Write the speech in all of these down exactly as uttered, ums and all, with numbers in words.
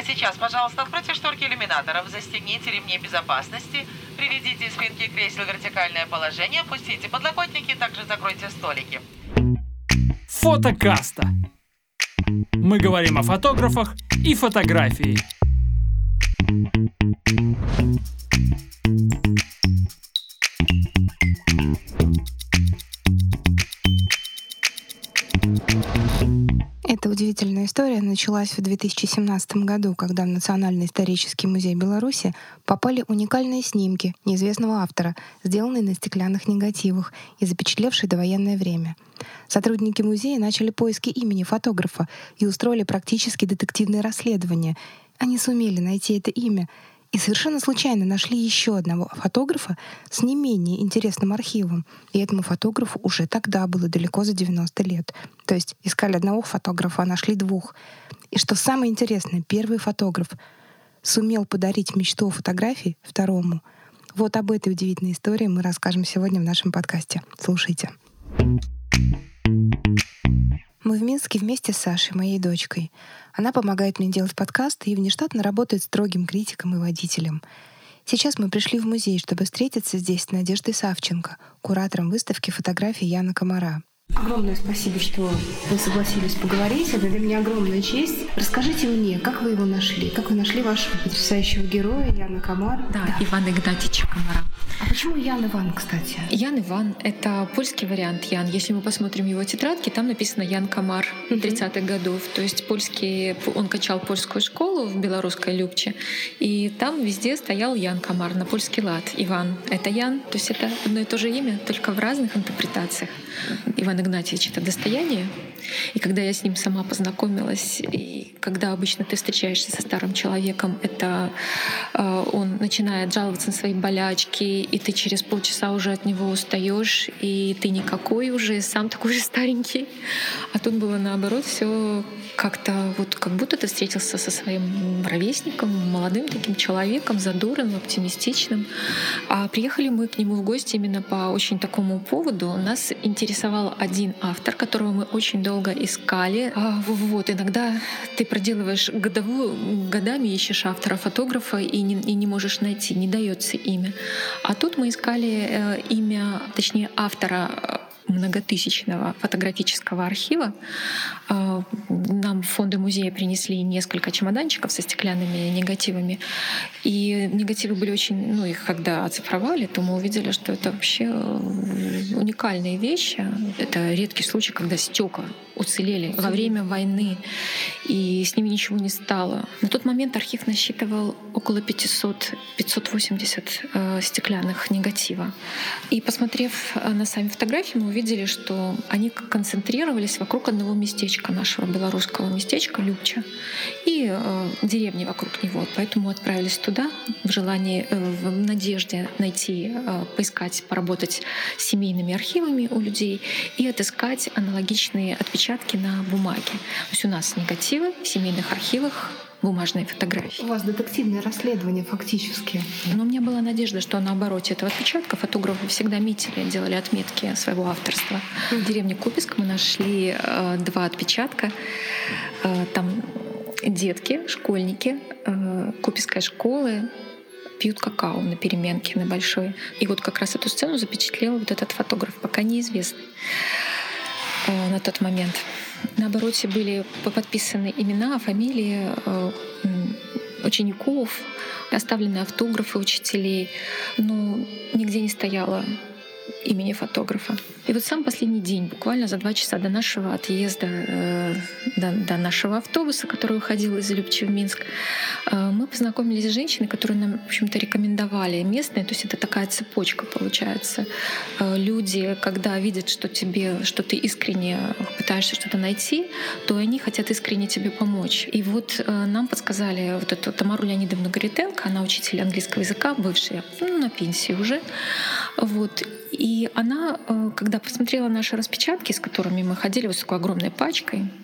сейчас, пожалуйста, откройте шторки иллюминаторов, застегните ремни безопасности, приведите спинки кресел в вертикальное положение, опустите подлокотники, также закройте столики. Фотокаста. Мы говорим о фотографах и фотографии. Эта удивительная история началась в две тысячи семнадцатом году, когда в Национальный исторический музей Беларуси попали уникальные снимки неизвестного автора, сделанные на стеклянных негативах и запечатлевшие довоенное время. Сотрудники музея начали поиски имени фотографа и устроили практически детективное расследование. Они сумели найти это имя и совершенно случайно нашли еще одного фотографа с не менее интересным архивом. И этому фотографу уже тогда было далеко за девяносто лет. То есть искали одного фотографа, а нашли двух. И что самое интересное, первый фотограф сумел подарить мечту о фотографии второму. Вот об этой удивительной истории мы расскажем сегодня в нашем подкасте. Слушайте. Мы в Минске вместе с Сашей, моей дочкой. Она помогает мне делать подкасты и внештатно работает строгим критиком и водителем. Сейчас мы пришли в музей, чтобы встретиться здесь с Надеждой Савченко, куратором выставки фотографий Яна Комара. Огромное спасибо, что вы согласились поговорить. Это для меня огромная честь. Расскажите мне, как вы его нашли? Как вы нашли вашего потрясающего героя Яна Комар? Да, да. Ивана Игнатьевича Комара. А почему Ян Иван, кстати? Ян Иван — это польский вариант Ян. Если мы посмотрим его тетрадки, там написано Ян Комар тридцатых годов. То есть польский, он качал польскую школу в белорусской Любче, и там везде стоял Ян Комар на польский лад. Иван — это Ян. То есть это одно и то же имя, только в разных интерпретациях. Иван Игнатьевич — это достояние. И когда я с ним сама познакомилась, и когда обычно ты встречаешься со старым человеком, это э, он начинает жаловаться на свои болячки, и ты через полчаса уже от него устаешь, и ты никакой уже, сам такой же старенький. А тут было наоборот, все как-то вот как будто ты встретился со своим ровесником, молодым таким человеком, задорным, оптимистичным. А приехали мы к нему в гости именно по очень такому поводу. Нас интересовал один автор, которого мы очень долго искали. А, вот, иногда ты проделываешь годовую, годами ищешь автора, фотографа и не, и не можешь найти, не дается имя. А тут мы искали э, имя, точнее автора многотысячного фотографического архива. Нам в фонды музея принесли несколько чемоданчиков со стеклянными негативами. И негативы были очень... Ну, их когда оцифровали, то мы увидели, что это вообще уникальные вещи. Это редкий случай, когда стекла уцелели во время войны, и с ними ничего не стало. На тот момент архив насчитывал около пятьсот пятьсот восемьдесят э, стеклянных негатива. И посмотрев на сами фотографии, мы увидели, что они концентрировались вокруг одного местечка, нашего белорусского местечка Любча, и э, деревни вокруг него. Поэтому отправились туда в желании, э, в надежде найти, э, поискать, поработать с семейными архивами у людей и отыскать аналогичные отпечатки на бумаге. То есть у нас негативы в семейных архивах, бумажные фотографии. У вас детективное расследование фактически. Но у меня была надежда, что на обороте этого отпечатка фотографы всегда метили, делали отметки своего авторства. В деревне Куписк мы нашли э, два отпечатка. Э, там детки, школьники э, Куписской школы пьют какао на переменке на большой. И вот как раз эту сцену запечатлел вот этот фотограф, пока неизвестный э, на тот момент. На обороте были подписаны имена, фамилии э, учеников, оставлены автографы учителей, но нигде не стояло имени фотографа. И вот сам последний день, буквально за два часа до нашего отъезда, э, до, до нашего автобуса, который уходил из Любчи в Минск, э, мы познакомились с женщиной, которую нам, в общем-то, рекомендовали местные. То есть это такая цепочка получается. Э, люди, когда видят, что тебе, что ты искренне пытаешься что-то найти, то они хотят искренне тебе помочь. И вот э, нам подсказали вот эту Тамару Леонидовну Горитенко, она учитель английского языка, бывшая, ну, на пенсии уже. Вот. И она, когда посмотрела наши распечатки, с которыми мы ходили вот с такой огромной пачкой,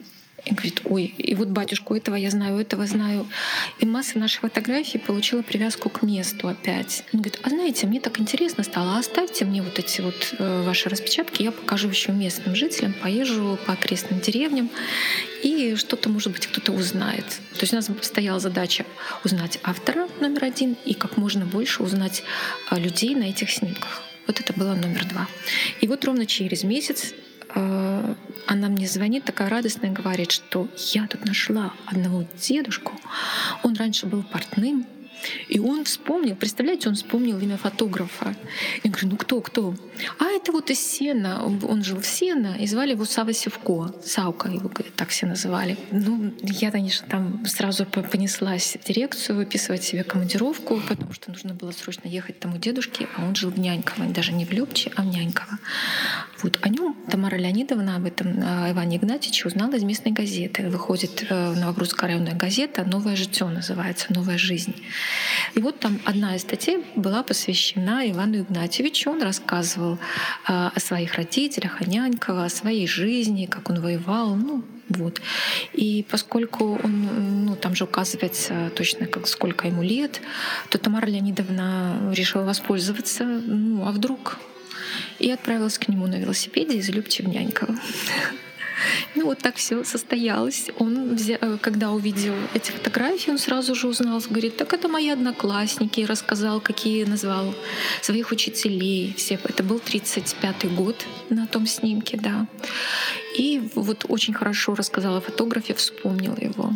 И говорит: ой, и вот батюшку этого я знаю, этого знаю. И масса наших фотографий получила привязку к месту опять. Он говорит: а знаете, мне так интересно стало, а оставьте мне вот эти вот э, ваши распечатки, я покажу еще местным жителям, поезжу по окрестным деревням, и что-то, может быть, кто-то узнает. То есть у нас стояла задача узнать автора номер один и как можно больше узнать э, людей на этих снимках. Вот это было номер два. И вот ровно через месяц она мне звонит, такая радостная, говорит, что я тут нашла одного дедушку. Он раньше был портным, и он вспомнил, представляете, он вспомнил имя фотографа. Я говорю: ну кто, кто? А это вот из Сена. Он жил в Сена, и звали его Сава Севко. Саука его так все называли. Ну, я, конечно, там сразу понеслась в дирекцию выписывать себе командировку, потому что нужно было срочно ехать к тому дедушке, а он жил в Няньково, даже не в Любче, а в Няньково. Вот о нем Тамара Леонидовна, об этом Иване Игнатьевиче, узнала из местной газеты. Выходит Новогрудская районная газета «Новое житё» называется, «Новая жизнь». И вот там одна из статей была посвящена Ивану Игнатьевичу. Он рассказывал э, о своих родителях, о Няньково, о своей жизни, как он воевал. Ну, вот. И поскольку он, ну, там же указывается точно, как, сколько ему лет, то Тамара Леонидовна решила воспользоваться. Ну, а вдруг? И отправилась к нему на велосипеде из Любчи в Няньково. Ну вот так все состоялось. Он, когда увидел эти фотографии, он сразу же узнал, говорит: так это мои одноклассники, и рассказал, какие назвал своих учителей. Все. Это был тридцать пятый год на том снимке, да. И вот очень хорошо рассказал о фотографе, вспомнил его.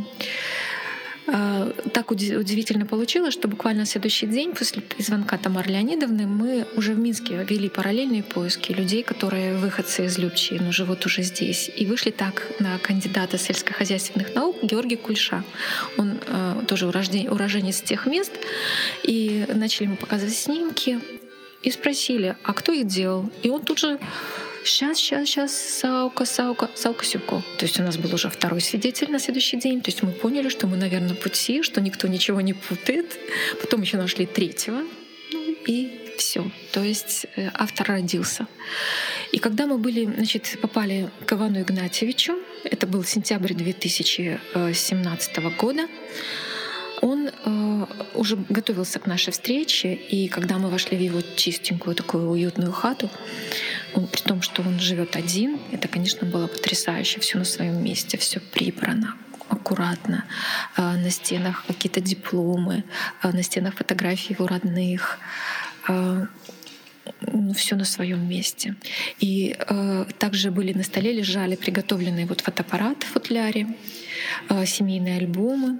Так удивительно получилось, что буквально на следующий день после звонка Тамары Леонидовны мы уже в Минске вели параллельные поиски людей, которые выходцы из Любчи, но живут уже здесь. И вышли так на кандидата сельскохозяйственных наук Георгия Кульша. Он э, тоже уроженец тех мест. И начали ему показывать снимки. И спросили: а кто их делал? И он тут же: Сейчас, сейчас, сейчас, Саука, Саука, Саука Севко. То есть у нас был уже второй свидетель на следующий день. То есть мы поняли, что мы на верном пути, что никто ничего не путает. Потом еще нашли третьего. Ну и все. То есть автор родился. И когда мы были, значит, попали к Ивану Игнатьевичу, это был сентябрь две тысячи семнадцатого года, он э, уже готовился к нашей встрече, и когда мы вошли в его чистенькую такую уютную хату, он, при том, что он живет один, это, конечно, было потрясающе. Все на своем месте, все прибрано, аккуратно. Э, на стенах какие-то дипломы, э, на стенах фотографии его родных. Э, все на своем месте. И э, также были на столе, лежали приготовленные вот фотоаппарат в футляре, э, семейные альбомы.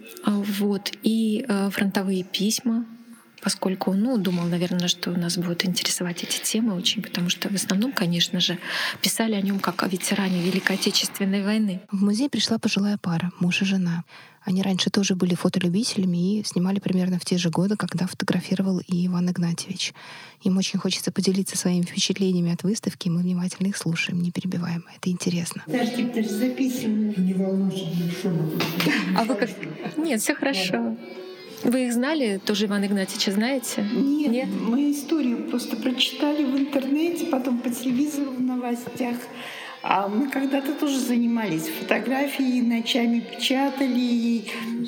Вот, и э, фронтовые письма, поскольку он, ну, думал, наверное, что нас будут интересовать эти темы очень, потому что в основном, конечно же, писали о нем как о ветеране Великой Отечественной войны. В музей пришла пожилая пара, муж и жена. Они раньше тоже были фотолюбителями и снимали примерно в те же годы, когда фотографировал и Иван Игнатьевич. Им очень хочется поделиться своими впечатлениями от выставки, и мы внимательно их слушаем, не перебиваем. Это интересно. Подожди, подожди, записываем. Не волнуйся, ничего. А вы как? Нет, все хорошо. Вы их знали, тоже Ивана Игнатьевича знаете? Нет, Нет? мы историю просто прочитали в интернете, потом по телевизору в новостях. А мы когда-то тоже занимались фотографией, ночами печатали.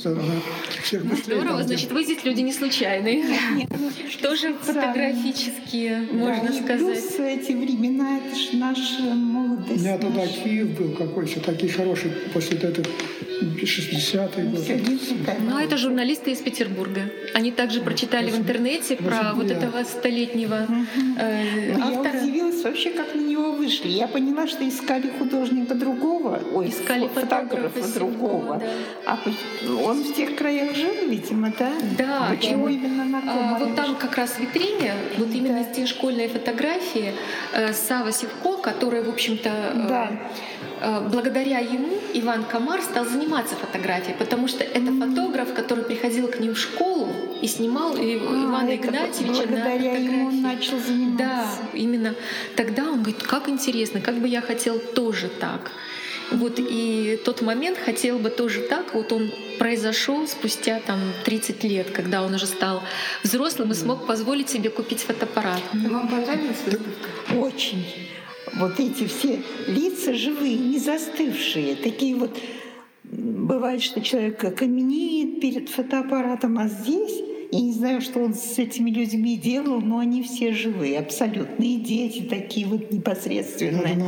Всех Здорово, значит, вы здесь люди не случайные. Нет, ну, Тоже фотографические, можно да, и сказать. плюс эти времена, это же наша молодость. У меня тогда наша. Киев был какой-то, такие хорошие, после этого шестидесятые годы. Ну, а это журналисты из Петербурга. Они также прочитали в интернете про вот этого столетнего э, Но автора. я удивилась вообще, как на него вышли. Я поняла, что искали художника другого, ой, Искали фотографа фотографа другого. Севко, А почему- он в тех краях жил, видимо, да? Да, Почему и именно на А, том? вот там как раз в витрине, вот именно те школьные фотографии э, Сава Севко, которые, в общем-то, э, Да. э, благодаря ему Иван Камар стал заниматься фотографией, потому что это фотограф, который приходил к ним в школу и снимал и- Ивана это Игнатьевича на благодаря ему он фотографии. начал заниматься. Да, именно тогда он говорит: как интересно, как бы я хотел тоже так. Вот и тот момент хотел бы тоже так, вот он произошел спустя там тридцать лет, когда он уже стал взрослым и смог позволить себе купить фотоаппарат. Вам понравилась выставка? Очень. вот эти все лица живые, не застывшие, такие вот. Бывает, что человек окаменеет перед фотоаппаратом, а здесь, я не знаю, что он с этими людьми делал, но они все живые, абсолютные дети, такие вот непосредственные.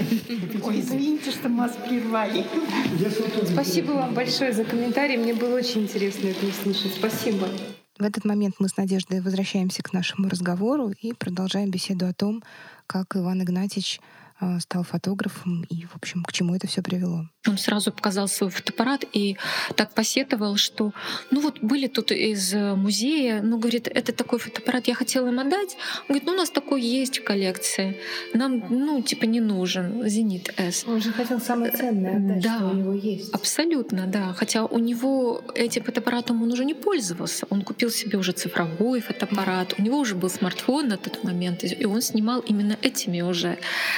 Ой, извините, что мы вас прервали. Спасибо вам большое за комментарий, мне было очень интересно это услышать. Спасибо. В этот момент мы с Надеждой возвращаемся к нашему разговору и продолжаем беседу о том, как Иван Игнатьич стал фотографом и, в общем, к чему это все привело. Он сразу показал свой фотоаппарат и так посетовал, что ну вот были тут из музея, ну, говорит, это такой фотоаппарат, я хотела им отдать. Он говорит, ну, у нас такой есть в коллекции. Нам, ну, типа, не нужен Зенит С. Он же хотел самое ценное отдать, да, что у него есть. Абсолютно, да. Хотя у него этим фотоаппаратом он уже не пользовался. Он купил себе уже цифровой фотоаппарат. У него уже был смартфон на тот момент, и он снимал именно этими уже,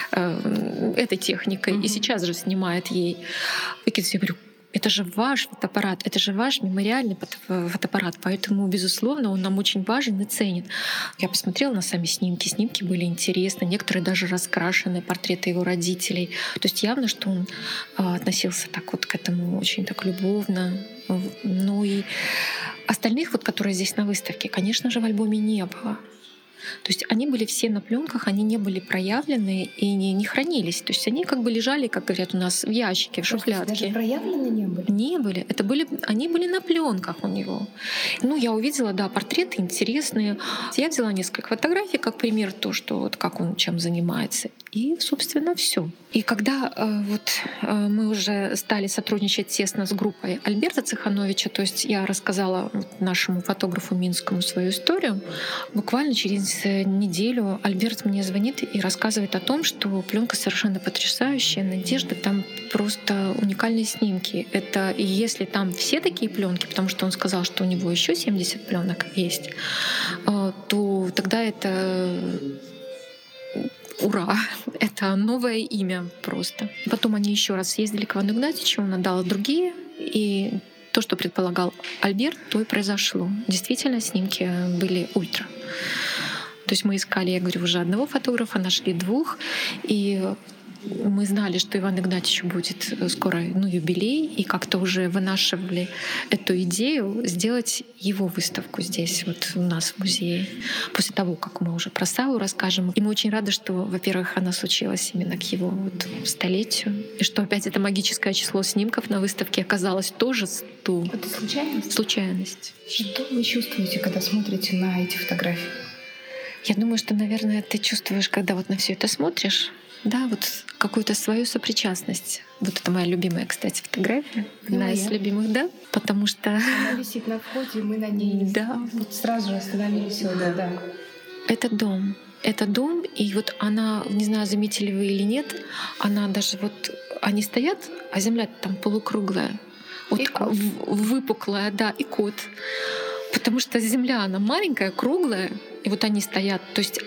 э, этой техникой. Mm-hmm. И сейчас же снимает ей. Я говорю, это же ваш фотоаппарат, это же ваш мемориальный фотоаппарат, поэтому, безусловно, он нам очень важен и ценен. Я посмотрела на сами снимки, снимки были интересны, некоторые даже раскрашены, портреты его родителей. То есть явно, что он относился так вот к этому очень так любовно. Ну и остальных, вот, которые здесь на выставке, конечно же, в альбоме не было. То есть они были все на пленках, они не были проявлены и не, не хранились. То есть они как бы лежали, как говорят у нас, в ящике, в шухлядке. Даже проявлены не были? Не были. Это были, они были на пленках у него. Ну, я увидела, да, портреты интересные. Я взяла несколько фотографий, как пример, то, что вот как он чем занимается. И, собственно, все. И когда э, вот э, мы уже стали сотрудничать тесно с группой Альберта Цехановича, то есть я рассказала вот нашему фотографу Минскому свою историю, буквально через неделю Альберт мне звонит и рассказывает о том, что пленка совершенно потрясающая, Надежда, там просто уникальные снимки. Это и если там все такие пленки, потому что он сказал, что у него еще семьдесят пленок есть, э, то тогда это ура! Это новое имя просто. Потом они еще раз съездили к Ивану Игнатьичу, он отдал другие, и то, что предполагал Альберт, то и произошло. Действительно, снимки были ультра. То есть мы искали, я говорю, уже одного фотографа, нашли двух, и мы знали, что Иван Игнатьевичу будет скоро ну, юбилей, и как-то уже вынашивали эту идею сделать его выставку здесь, вот у нас в музее, после того, как мы уже про Саву расскажем. И мы очень рады, что, во-первых, она случилась именно к его вот столетию, и что опять это магическое число снимков на выставке оказалось тоже сто. Это случайность? Случайность. Что вы чувствуете, когда смотрите на эти фотографии? Я думаю, что, наверное, ты чувствуешь, когда вот на все это смотришь, да, вот какую-то свою сопричастность. Вот это моя любимая, кстати, фотография. Ну, одна я. из любимых, да? Потому что... Она висит на входе, мы на ней да. вот сразу же остановились. Да. Да. Это дом. Это дом, и вот она, не знаю, заметили вы или нет, она даже вот... Они стоят, а земля там полукруглая. Вот выпуклая, да, и кот. Потому что земля, она маленькая, круглая, и вот они стоят. То есть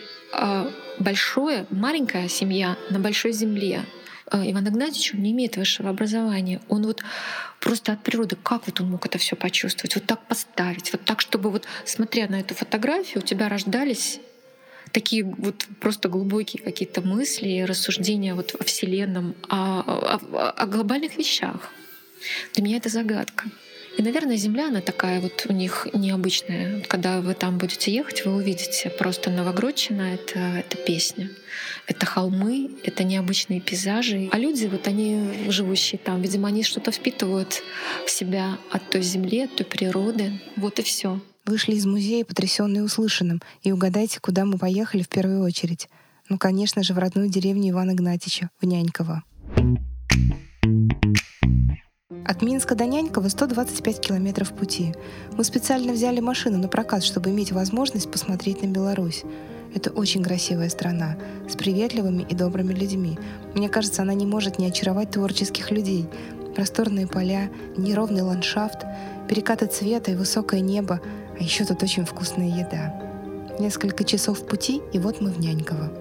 большое, маленькая семья на большой земле. Иван Игнатьевич не имеет высшего образования. Он вот просто от природы, как вот он мог это все почувствовать, вот так поставить, вот так, чтобы вот, смотря на эту фотографию, у тебя рождались такие вот просто глубокие какие-то мысли, рассуждения вот о Вселенном, о, о, о глобальных вещах. Для меня это загадка. И, наверное, Земля, она такая вот у них необычная. Когда вы там будете ехать, вы увидите просто Новогродчина — это, это песня. Это холмы, это необычные пейзажи. А люди, вот они, живущие там, видимо, они что-то впитывают в себя от той земли, от той природы. Вот и все. Вышли из музея, потрясенные услышанным. И угадайте, куда мы поехали в первую очередь. Ну, конечно же, в родную деревню Ивана Игнатьича, в Няньково. От Минска до Нянькова сто двадцать пять километров пути. Мы специально взяли машину на прокат, чтобы иметь возможность посмотреть на Беларусь. Это очень красивая страна, с приветливыми и добрыми людьми. Мне кажется, она не может не очаровать творческих людей. Просторные поля, неровный ландшафт, перекаты цвета и высокое небо, а еще тут очень вкусная еда. Несколько часов пути, и вот мы в Няньково.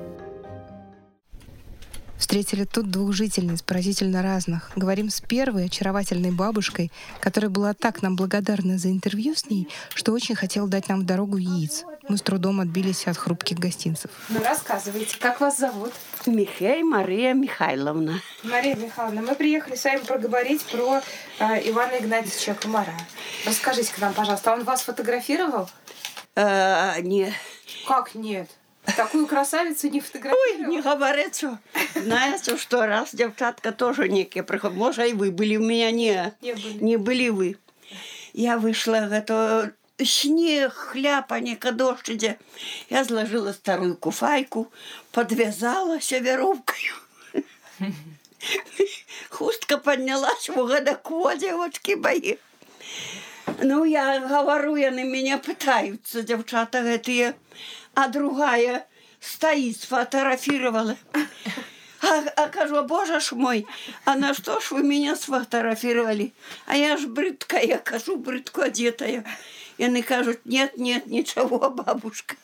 Встретили тут двух жительниц, поразительно разных. Говорим с первой очаровательной бабушкой, которая была так нам благодарна за интервью с ней, что очень хотела дать нам в дорогу яиц. Мы с трудом отбились от хрупких гостинцев. Ну, рассказывайте, как вас зовут? Михей Мария Михайловна. Мария Михайловна, мы приехали с вами поговорить про э, Ивана Игнатьевича Комара. Расскажите к нам, пожалуйста, он вас фотографировал? А, нет. Как нет? Такую красавицу не фотографировал? Ой, не говорит, что. Знаете, что раз девчатка тоже некие приходят. Может, и вы были у меня? Не, не были. Не были вы. Я вышла в это снег, хляпанье, дождь. Я сложила старую куфайку, подвязалась веревкой. Хустка поднялась в годоко, девочки мои. Ну, я говорю, я на меня пытаются, девчата эти. А другая стоит, сфотографировала. А, а кажу, боже ж мой, а на что ж вы меня сфотографировали? А я ж брыдкая, я кажу, брыдко одетая. И они кажут, нет, нет, ничего, бабушка.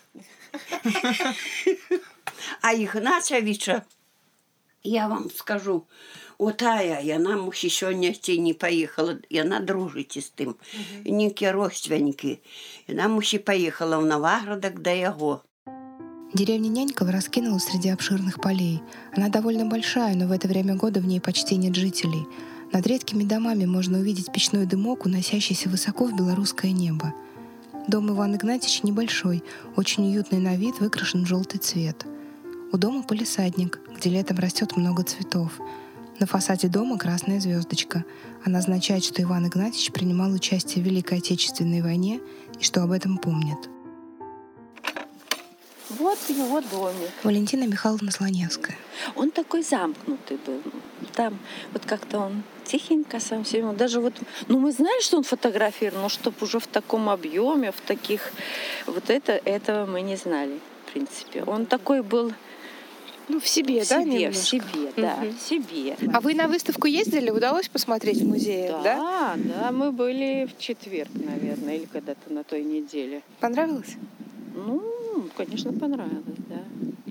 А Игнатьевича, я вам скажу, вот тая, я нам еще нигде не поехала, и она дружит с тем, и некие родственники. И нам еще поехала в Новоградок до его. Деревня Няньково раскинулась среди обширных полей. Она довольно большая, но в это время года в ней почти нет жителей. Над редкими домами можно увидеть печной дымок, уносящийся высоко в белорусское небо. Дом Ивана Игнатьевича небольшой, очень уютный на вид, выкрашен в желтый цвет. У дома палисадник, где летом растет много цветов. На фасаде дома красная звездочка. Она означает, что Иван Игнатьевич принимал участие в Великой Отечественной войне и что об этом помнят. Вот в его доме. Валентина Михайловна Слоневская. Он такой замкнутый был. Там вот как-то он тихенько сам себе. Даже вот, ну мы знали, что он фотографировал, но чтобы уже в таком объеме, в таких, вот это, этого мы не знали, в принципе. Он такой был. Ну, в себе, в да, себе, немножко? В себе, да, угу. в себе. А вы на выставку ездили? Удалось посмотреть в музее, да? Да, да, мы были в четверг, наверное, или когда-то на той неделе. Понравилось? Ну, конечно, понравилось, да.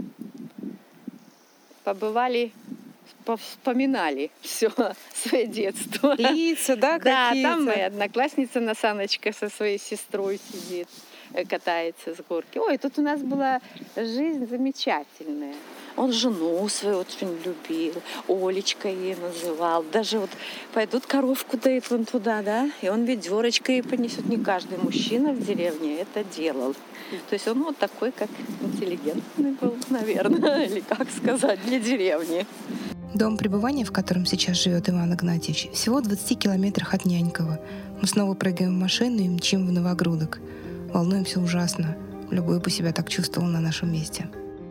Побывали, вспоминали все свое детство. Лица, да, да, какие-то? Да, там моя одноклассница на саночках со своей сестрой сидит, катается с горки. Ой, тут у нас была жизнь замечательная. Он жену свою очень любил, Олечка ей называл. Даже вот пойдут коровку доить вон туда, да, и он ведерочкой понесет. Не каждый мужчина в деревне это делал. То есть он вот такой, как интеллигентный был, наверное, или как сказать, для деревни. Дом пребывания, в котором сейчас живет Иван Игнатьевич, всего в двадцати километрах от Няньково. Мы снова прыгаем в машину и мчим в Новогрудок. Волнуемся ужасно. Любой бы себя так чувствовал на нашем месте.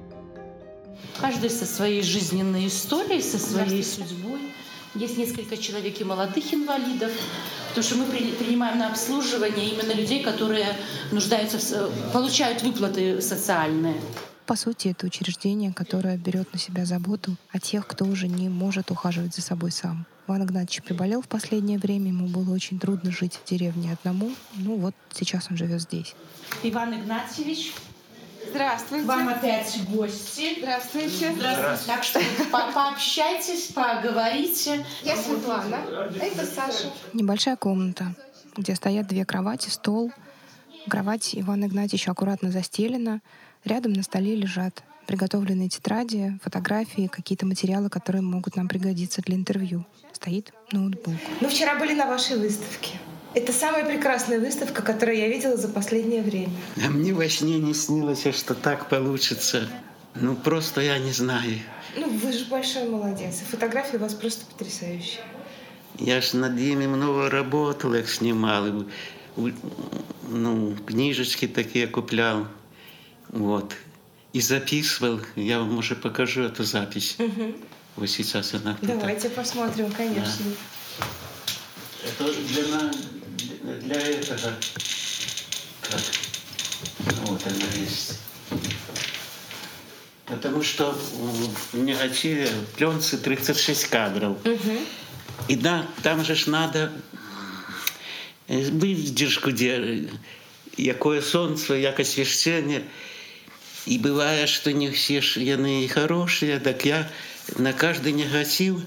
Каждый со своей жизненной историей, со своей судьбой. Есть несколько человек и молодых инвалидов, потому что мы принимаем на обслуживание именно людей, которые нуждаются, в, получают выплаты социальные. По сути, это учреждение, которое берет на себя заботу о тех, кто уже не может ухаживать за собой сам. Иван Игнатьевич приболел в последнее время, ему было очень трудно жить в деревне одному. Ну вот сейчас он живет здесь. Иван Игнатьевич. Здравствуйте. К вам опять гости. Здравствуйте. Здравствуйте. Так что по пообщайтесь, поговорите. Я Светлана, это Саша. Небольшая комната, где стоят две кровати, стол. Кровать Ивана Игнатьевича аккуратно застелена. Рядом на столе лежат приготовленные тетради, фотографии, какие-то материалы, которые могут нам пригодиться для интервью. Стоит ноутбук. Мы вчера были на вашей выставке. Это самая прекрасная выставка, которую я видела за последнее время. А мне во сне не снилось, что так получится. Ну, просто я не знаю. Ну, вы же большой молодец. Фотографии у вас просто потрясающие. Я ж над ними много работал, их снимал. Ну, книжечки такие куплял. Вот. И записывал. Я вам уже покажу эту запись. Угу. Вот сейчас она тут. Давайте посмотрим, конечно. Да. Это для, для этого. Как? Вот она есть. Потому что в негативе пленцы тридцать шесть кадров. Угу. И да, там же ж надо выдержку делать. Якое сонце, як освещение. И бывает, что не все ж яны хорошие, так я на каждый негатив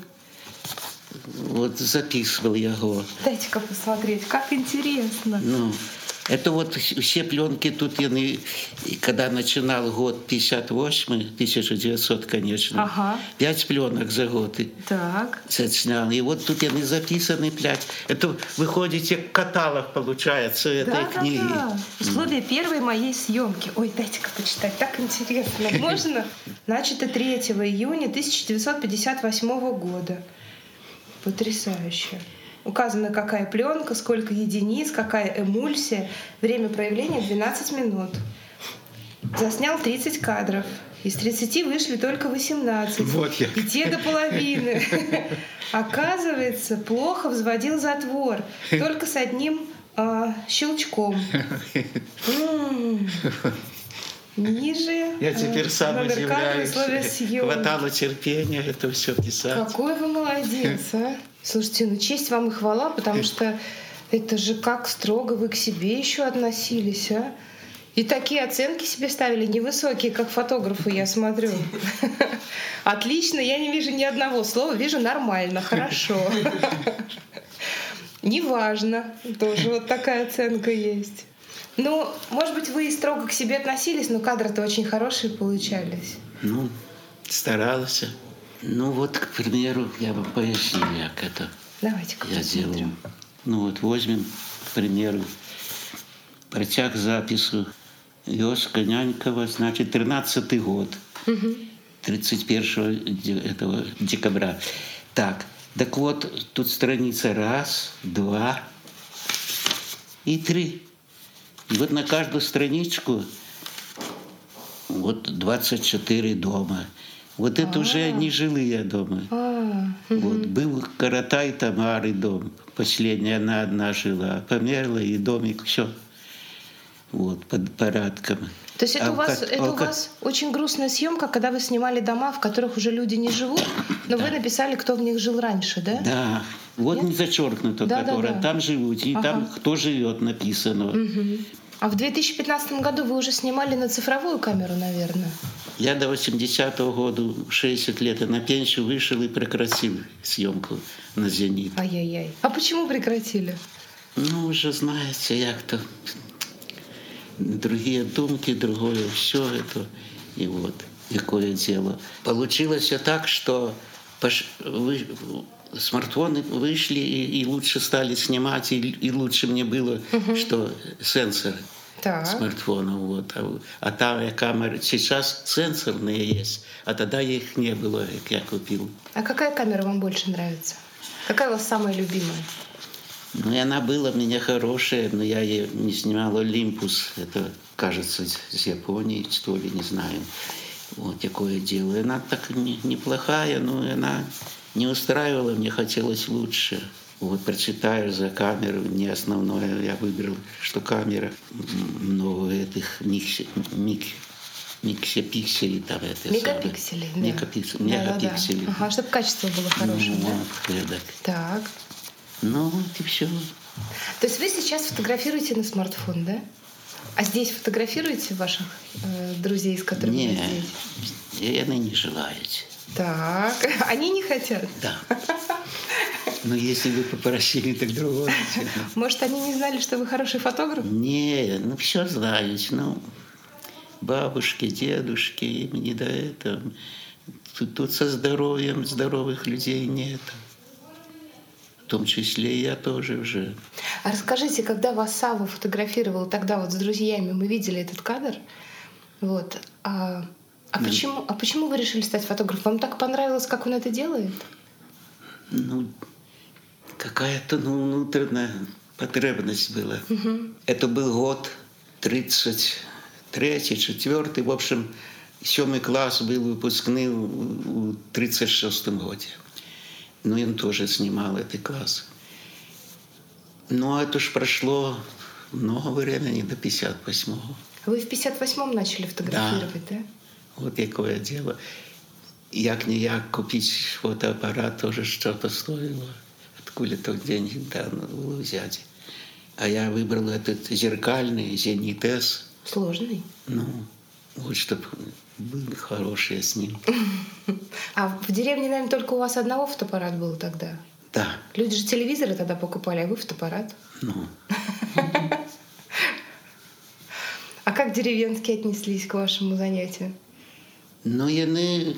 вот записывал его. Дайте-ка посмотреть, как интересно. Ну, Это вот все пленки тут, я, когда начинал год пятьдесят восьмой, тысяча девятьсот, конечно, Ага. пять пленок за год Так. снял. И вот тут они записаны, блядь. Это выходите каталог, получается, этой Да, книги. да, да. Условия первой моей съемки. Ой, дайте-ка почитать, так интересно. Можно? Начато третьего июня тысяча девятьсот пятьдесят восьмого года. Потрясающе. Указано, какая пленка, сколько единиц, какая эмульсия. Время проявления двенадцать минут. Заснял тридцать кадров. Из тридцати вышли только восемнадцать. Вот я. И те до половины. Оказывается, плохо взводил затвор. Только с одним а, щелчком. М-м. Ниже. Я теперь а, сам номер кадра, условия удивляюсь. съемки. Хватало терпения это все писать. Какой вы молодец, а? Слушайте, ну честь вам и хвала, потому что это же как строго вы к себе еще относились, а? И такие оценки себе ставили невысокие, как фотографы, я смотрю. Отлично, я не вижу ни одного слова, вижу нормально, хорошо. Неважно, тоже вот такая оценка есть. Ну, может быть, вы и строго к себе относились, но кадры-то очень хорошие получались. Ну, старался. Ну вот, к примеру, я вам поясню, как это Давайте-ка я посмотрим. делаю. Ну вот возьмем, к примеру, протяг запису Йоска Нянькова, значит, тринадцатый год, тридцать первого этого декабря. Так, так вот, тут страница раз, два и три. И вот на каждую страничку вот двадцать четыре дома. Вот это А-а-а. Уже не жилые дома. Вот, был Каратай Тамары дом. Последняя она одна жила. Померла, и домик, все. Вот, под порядком. То есть это, а у, вас, как, это а у вас очень грустная съемка, когда вы снимали дома, в которых уже люди не живут, но да. Вы написали, кто в них жил раньше, да? Да. Вот Нет? Не зачеркнуто, да, которое. Да, да. Там живут, и ага. Там кто живет написано. Угу. А в две тысячи пятнадцатом году вы уже снимали на цифровую камеру, наверное? Я до восьмидесятого года, шестьдесят лет, на пенсию вышел и прекратил съемку на «Зенит». Ай-яй-яй. А почему прекратили? Ну, уже знаете, як-то другие думки, другое все это. И вот, какое дело. Получилось так, что пош... вы... смартфоны вышли и, и лучше стали снимать, и, и лучше мне было, угу. Что сенсор так. Смартфона. Вот. А, а там камеры сейчас сенсорные есть, а тогда их не было, как я купил. А какая камера вам больше нравится? Какая у вас самая любимая? Ну, и она была у меня хорошая, но я ее не снимал. Олимпус, это, кажется, с Японии, что ли, не знаю. Вот такое дело. И она так не, неплохая, но она не устраивала, мне хотелось лучше. Вот прочитаешь за камеру, не основное, я выбрал, что камера много этих микс, мик, миксопикселей там это. Мегапикселей, да. Мегапикселей, да, мегапикселей. Да, да. Ага, чтобы качество было хорошее, ну, да? Вот, так. Ну, вот и все. То есть вы сейчас фотографируете на смартфон, да? А здесь фотографируете ваших э, друзей, с которыми не, вы здесь? Они не желают. Так, они не хотят? Да. Но если вы попросили, так другое. Может, они не знали, что вы хороший фотограф? Не, ну все знают. Ну, бабушки, дедушки, им не до этого. Тут, тут со здоровьем здоровых людей нет. В том числе и я тоже уже. А расскажите, когда вас Савва фотографировал тогда вот с друзьями, мы видели этот кадр, вот, а, а, почему, а почему вы решили стать фотографом? Вам так понравилось, как он это делает? Ну, какая-то ну, внутренняя потребность была. Угу. Это был год тридцать третий, четвёртый, в общем, седьмой класс был выпускный в тридцать шестом году. Ну, он тоже снимал этот класс. Но это ж прошло много времени, до пятьдесят восьмого. Вы в пятьдесят восьмом начали фотографировать, да? да? Вот такое дело. Як не як купить фотоаппарат тоже что-то стоило. Откуда-то деньги да, было взять. А я выбрал этот зеркальный «Зенит С». Сложный? Ну, вот чтобы были хорошие снимки. А в деревне, наверное, только у вас одного фотоаппарат был тогда? Да. Люди же телевизоры тогда покупали, а вы фотоаппарат? Ну. как деревенские отнеслись к вашему занятию? Ну, они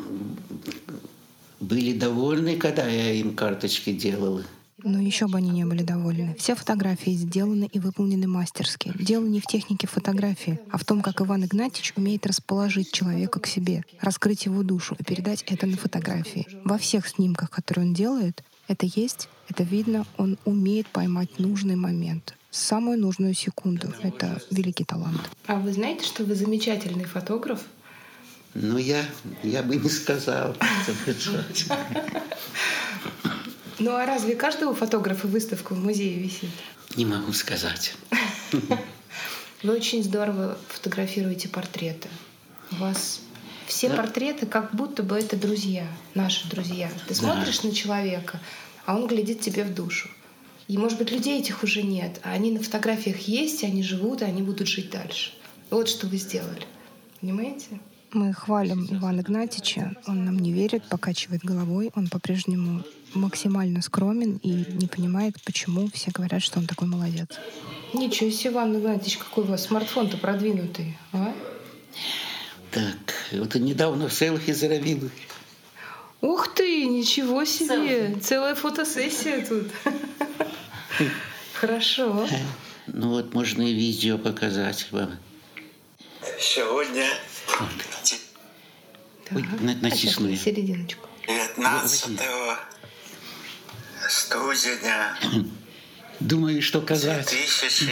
были довольны, когда я им карточки делал. Но еще бы они не были довольны. Все фотографии сделаны и выполнены мастерски. Дело не в технике фотографии, а в том, как Иван Игнатьевич умеет расположить человека к себе, раскрыть его душу и передать это на фотографии. Во всех снимках, которые он делает, это есть, это видно, он умеет поймать нужный момент, самую нужную секунду. Это великий талант. А вы знаете, что вы замечательный фотограф? Ну, я, я бы не сказал. Ну а разве каждого фотографа выставка в музее висит? Не могу сказать. Вы очень здорово фотографируете портреты. У вас все да. портреты как будто бы это друзья, наши друзья. Ты смотришь да. на человека, а он глядит тебе в душу. И, может быть, людей этих уже нет, а они на фотографиях есть, они живут, и они будут жить дальше. Вот что вы сделали. Понимаете? Мы хвалим Ивана Игнатьевича, он нам не верит, покачивает головой, он по-прежнему максимально скромен и не понимает, почему все говорят, что он такой молодец. Ничего себе, Иван Игнатьевич, какой у вас смартфон-то продвинутый, а? Так, вот недавно селфи заробил. Ух ты, ничего себе, селфи. Целая фотосессия тут. Хорошо. Ну вот можно и видео показать вам. Сегодня Ой, на, натисну я. Серединочку. девятнадцатого студеня Думаю, что казать. две тысячи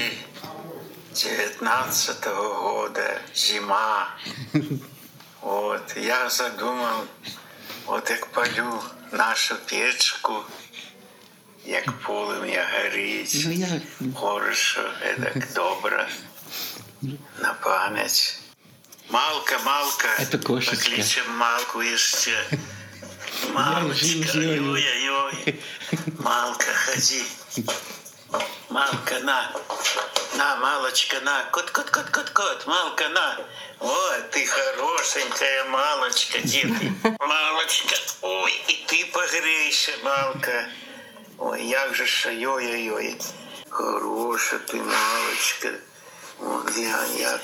девятнадцатого года, зима. Вот, я задумал, вот як палю нашу печку, як полум'я горить. Ну, я... Хорошо, это добро. На память. Малка, Малка. Это кошечка. Покличем Малку еще. Малочка, ой-ой-ой. Малка, ходи. Малка, на. На, Малочка, на. Кот, кот, кот, кот, кот. Малка, на. Вот, ты хорошенькая Малочка, где ты? Малочка, ой, и ты погрейся, Малка. Ой, як же ж, ой-ой-ой. Хороша ты, Малочка. Вот, глянь, як.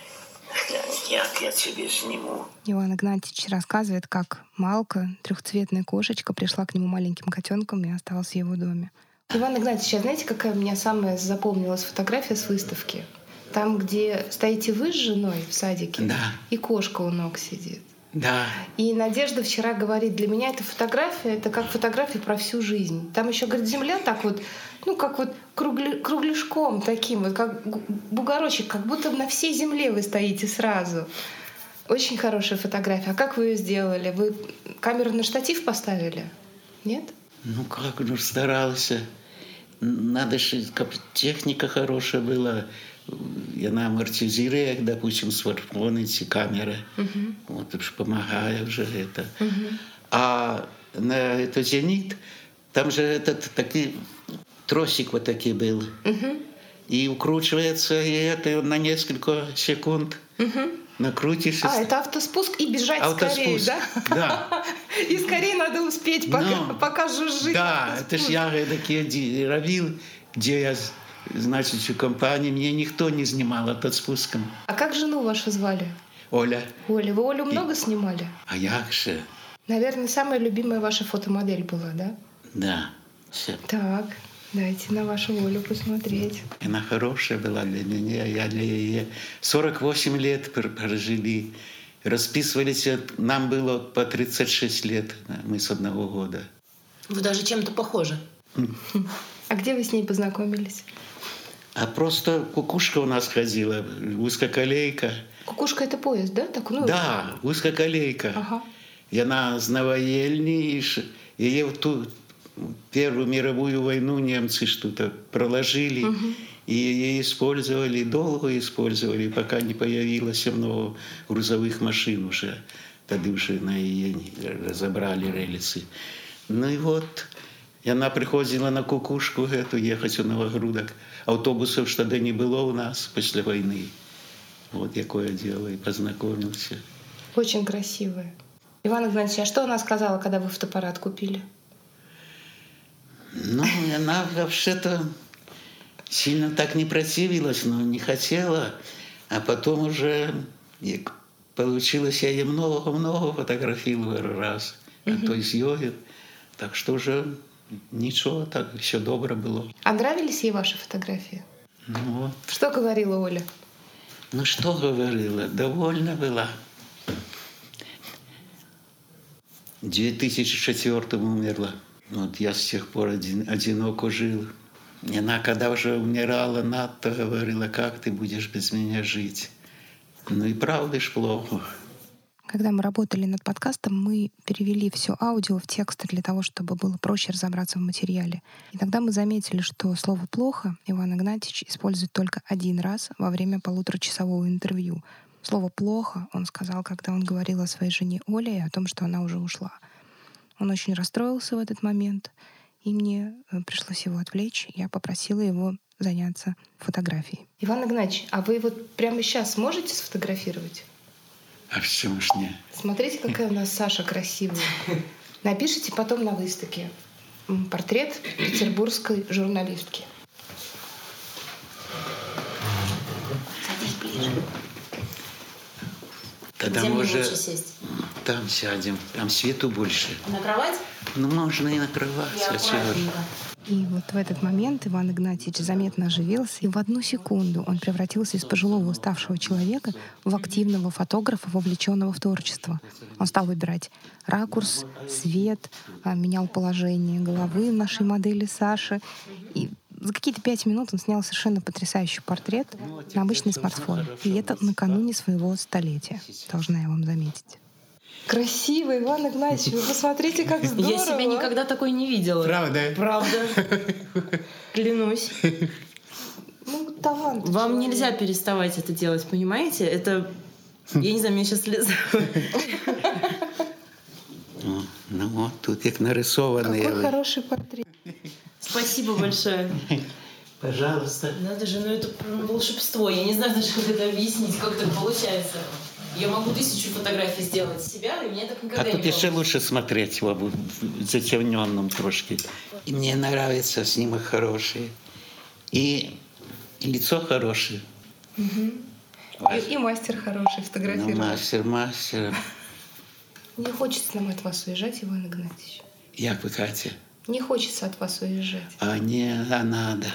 Як я тебе сниму. Иван Игнатьевич рассказывает, как Малка, трехцветная кошечка, пришла к нему маленьким котенком и осталась в его доме. Иван Игнатьевич, а знаете, какая у меня самая запомнилась фотография с выставки? Там, где стоите вы с женой в садике, да. и кошка у ног сидит. Да. И Надежда вчера говорит, для меня эта фотография, это как фотография про всю жизнь. Там еще, говорит, земля так вот, ну, как вот кругли, кругляшком таким, вот как бугорочек, как будто на всей земле вы стоите сразу. Очень хорошая фотография. А как вы ее сделали? Вы камеру на штатив поставили? Нет? Ну, как, ну, старался. Надо же, как техника хорошая была. Я на амортизируях, допустим, смартфон, эти камеры. Uh-huh. Вот уж помогаю уже это. Uh-huh. А на это «Зенит», там же этот такой тросик вот такой был. Uh-huh. И укручивается, и это на несколько секунд. Uh-huh. Накрутишься. А, это автоспуск и бежать автоспуск. Скорее, да? Да. И скорее надо успеть, пока, Но, пока жужжит. Да, автоспуск. Это ж я такие робил, где я... Значит, в компании меня никто не снимал этот спуском. А как жену вашу звали? Оля. Оля. Вы Олю много И... снимали? А як же? Наверное, самая любимая ваша фотомодель была, да? Да. Все. Так, дайте на вашу Олю посмотреть. Она хорошая была для меня. Я для ее сорок восемь лет прожили. Расписывались, нам было по тридцать шесть лет. Мы с одного года. Вы даже чем-то похожи. А где вы с ней познакомились? А просто кукушка у нас ходила, узкоколейка. Кукушка — это поезд, да? Так, ну... Да, узкоколейка. Ага. И она с Новоельни, и ее в ту Первую мировую войну немцы что-то проложили, угу. и ее использовали, долго использовали, пока не появилось много грузовых машин уже. Тогда уже на ее разобрали рельсы. Ну и вот... И она приходила на кукушку эту ехать у Новогрудок. Автобусов тогда не было у нас после войны. Вот какое дело, и познакомился. Очень красивая. Иван Игнатьевич, а что она сказала, когда вы фотоаппарат купили? Ну, она вообще-то сильно так не противилась, но не хотела. А потом уже, як получилось, я ей много-много фотографировал раз. А Мгм. то из ее. Так что уже ничего, так все добро было. А нравились ей ваши фотографии? Ну вот. Что говорила Оля? Ну что говорила, довольна была. В две тысячи четвёртом умерла. Вот я с тех пор один, одиноко жил. И она, когда уже умирала, надто говорила, как ты будешь без меня жить. Ну и правда ж плохо. Когда мы работали над подкастом, мы перевели все аудио в тексты для того, чтобы было проще разобраться в материале. И тогда мы заметили, что слово «плохо» Иван Игнатьевич использует только один раз во время полуторачасового интервью. Слово «плохо» он сказал, когда он говорил о своей жене Оле и о том, что она уже ушла. Он очень расстроился в этот момент, и мне э, пришлось его отвлечь. Я попросила его заняться фотографией. Иван Игнатьевич, а вы вот прямо сейчас можете сфотографировать? А почему ж не? Смотрите, какая у нас Саша красивая. Напишите потом на выставке м, портрет петербургской журналистки. Садись ближе. Тогда Где мне может лучше сесть? там сядем, там свету больше. На кровать? Ну можно и на кровать. Я а чего ж? аккуратненько. И вот в этот момент Иван Игнатьевич заметно оживился, и в одну секунду он превратился из пожилого уставшего человека в активного фотографа, вовлеченного в творчество. Он стал выбирать ракурс, свет, а, менял положение головы нашей модели Саши. И за какие-то пять минут он снял совершенно потрясающий портрет на обычный смартфон. И это накануне своего столетия, должна я вам заметить. Красиво, Иван Игнатьевич, вы посмотрите, как здорово. Я себя никогда такой не видела. Правда? Правда. Клянусь. Ну, талант. Вам нельзя переставать это делать, понимаете? Это... Я не знаю, у меня сейчас слеза. Ну, ну вот, тут як нарисованные. Какой хороший портрет. Спасибо большое. Пожалуйста. Надо же, ну это прям волшебство. Я не знаю даже, как это объяснить, как так получается. Я могу тысячу фотографий сделать себя, и мне так А никогда не тут еще получится. лучше смотреть его в затемненном трошки. И мне нравится, снимок хороший. И, и лицо хорошее. И, и мастер хороший Ну, фотографирует. мастер, мастер. Не хочется нам от вас уезжать, Иван Игнатьевич. Як вы, Катя? Не хочется от вас уезжать. А не, а надо.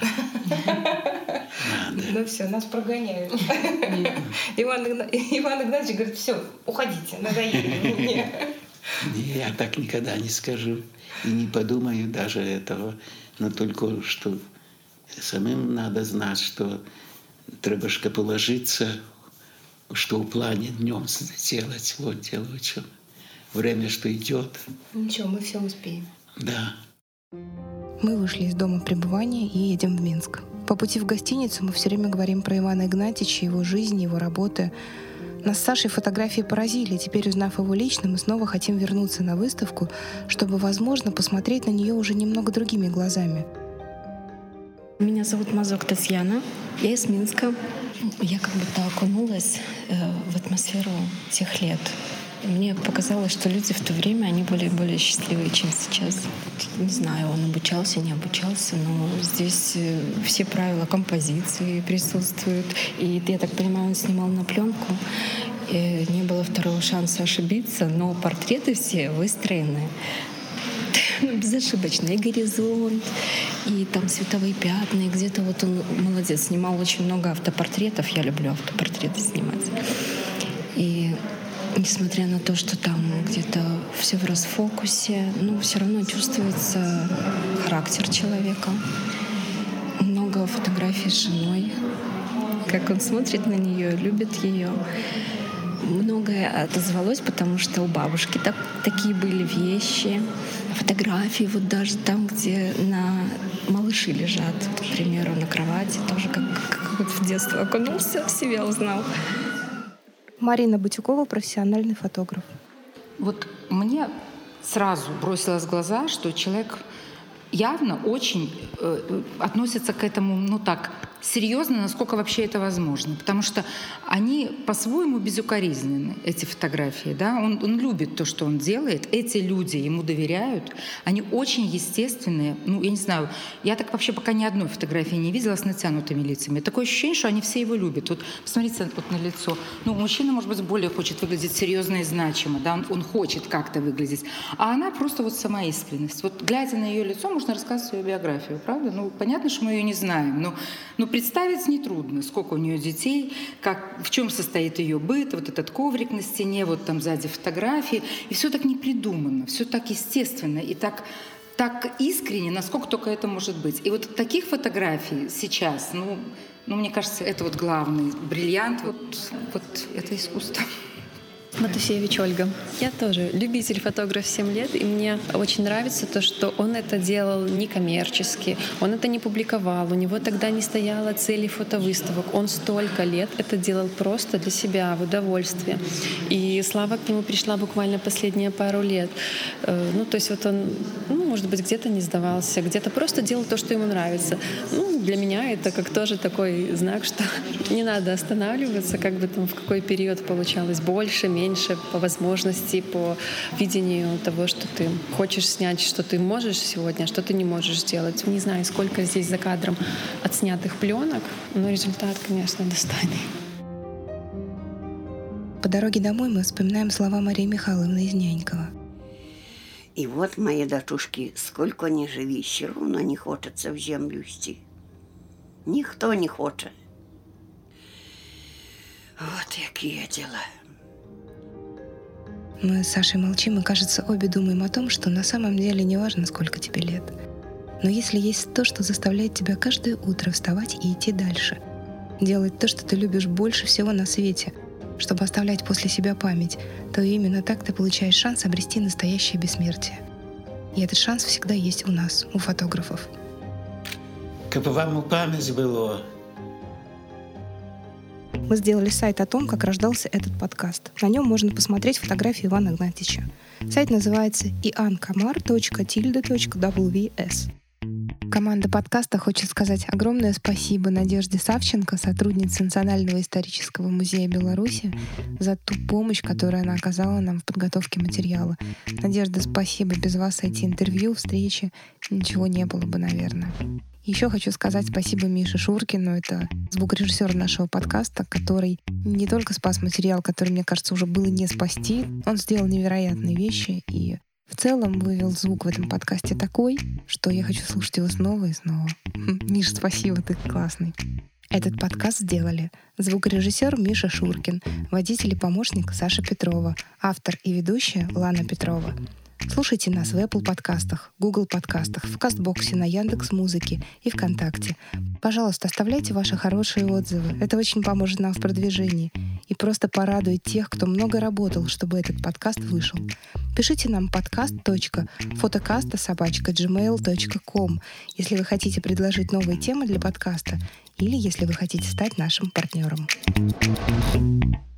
Надо. Ну все, нас прогоняют. Иван, Игна... Иван Игнатьевич говорит, все, уходите, надоели мне. Не, я так никогда не скажу. И не подумаю даже этого. Но только что самим надо знать, что требашка положиться, что в плане днем сделать. Вот дело в чем. Время, что идет. Ничего, мы все успеем. Да. Мы вышли из дома пребывания и едем в Минск. По пути в гостиницу мы все время говорим про Ивана Игнатьевича, его жизнь, его работы. Нас с Сашей фотографии поразили. Теперь, узнав его лично, мы снова хотим вернуться на выставку, чтобы, возможно, посмотреть на нее уже немного другими глазами. Меня зовут Мазок Татьяна. Я из Минска. Я как будто окунулась э, в атмосферу тех лет. Мне показалось, что люди в то время, они были более счастливые, чем сейчас. Не знаю, он обучался, не обучался, но здесь все правила композиции присутствуют. И, я так понимаю, он снимал на пленку. И не было второго шанса ошибиться, но портреты все выстроены безошибочно. И горизонт, и там световые пятна, и где-то вот он молодец. Снимал очень много автопортретов. Я люблю автопортреты снимать. И несмотря на то, что там где-то все в расфокусе, ну, все равно чувствуется характер человека. Много фотографий с женой, как он смотрит на нее, любит ее. Многое отозвалось, потому что у бабушки так, такие были вещи, фотографии, вот даже там, где на малыши лежат, к примеру, на кровати, тоже как, как вот в детство окунулся, в себя узнал. Марина Бутюкова, профессиональный фотограф. Вот мне сразу бросилось в глаза, что человек явно очень э, относится к этому, ну так, серьезно, насколько вообще это возможно. Потому что они по-своему безукоризненны, эти фотографии. Да? Он, он любит то, что он делает. Эти люди ему доверяют. Они очень естественные. Ну, я не знаю, я так вообще пока ни одной фотографии не видела с натянутыми лицами. Такое ощущение, что они все его любят. Вот посмотрите вот на лицо. Ну, мужчина, может быть, более хочет выглядеть серьезно и значимо. Да? Он, он хочет как-то выглядеть. А она просто вот сама искренность. Вот глядя на ее лицо, можно рассказать свою биографию, правда? Ну, понятно, что мы ее не знаем, но, но представить нетрудно, сколько у нее детей, как, в чем состоит ее быт, вот этот коврик на стене, вот там сзади фотографии. И все так не придумано, все так естественно и так, так искренне, насколько только это может быть. И вот таких фотографий сейчас, ну, ну мне кажется, это вот главный бриллиант, вот, вот это искусство. Матусевич Ольга. Я тоже любитель фотограф семь лет, и мне очень нравится то, что он это делал некоммерчески, он это не публиковал, у него тогда не стояло цели фотовыставок, он столько лет это делал просто для себя, в удовольствие. И слава к нему пришла буквально последние пару лет. Ну, то есть вот он, ну, может быть, где-то не сдавался, где-то просто делал то, что ему нравится. Ну, для меня это как тоже такой знак, что не надо останавливаться, как бы там в какой период получалось больше, меньше. меньше по возможности, по видению того, что ты хочешь снять, что ты можешь сегодня, а что ты не можешь сделать. Не знаю, сколько здесь за кадром отснятых пленок, но результат, конечно, достойный. По дороге домой мы вспоминаем слова Марии Михайловны из Нянькова. И вот, мои дочушки, сколько ни живи, все равно не хочется в землю идти. Никто не хочет. Вот какие дела. Мы с Сашей молчим и, кажется, обе думаем о том, что на самом деле не важно, сколько тебе лет. Но если есть то, что заставляет тебя каждое утро вставать и идти дальше, делать то, что ты любишь больше всего на свете, чтобы оставлять после себя память, то именно так ты получаешь шанс обрести настоящее бессмертие. И этот шанс всегда есть у нас, у фотографов. Как бы вам память было. Мы сделали сайт о том, как рождался этот подкаст. На нем можно посмотреть фотографии Ивана Игнатьевича. Сайт называется ианкамар точка тильда точка дабл ви эс. Команда подкаста хочет сказать огромное спасибо Надежде Савченко, сотруднице Национального исторического музея Беларуси, за ту помощь, которую она оказала нам в подготовке материала. Надежда, спасибо. Без вас эти интервью, встречи, ничего не было бы, наверное. Еще хочу сказать спасибо Мише Шуркину, это звукорежиссер нашего подкаста, который не только спас материал, который, мне кажется, уже было не спасти, он сделал невероятные вещи и в целом вывел звук в этом подкасте такой, что я хочу слушать его снова и снова. Миша, спасибо, ты классный. Этот подкаст сделали звукорежиссер Миша Шуркин, водитель и помощник Саша Петрова, автор и ведущая Лана Петрова. Слушайте нас в Apple подкастах, Google подкастах, в Кастбоксе, на Яндекс.Музыке и ВКонтакте. Пожалуйста, оставляйте ваши хорошие отзывы. Это очень поможет нам в продвижении и просто порадует тех, кто много работал, чтобы этот подкаст вышел. Пишите нам подкаст точка фотокаста собака джимейл точка ком, если вы хотите предложить новые темы для подкаста или если вы хотите стать нашим партнером.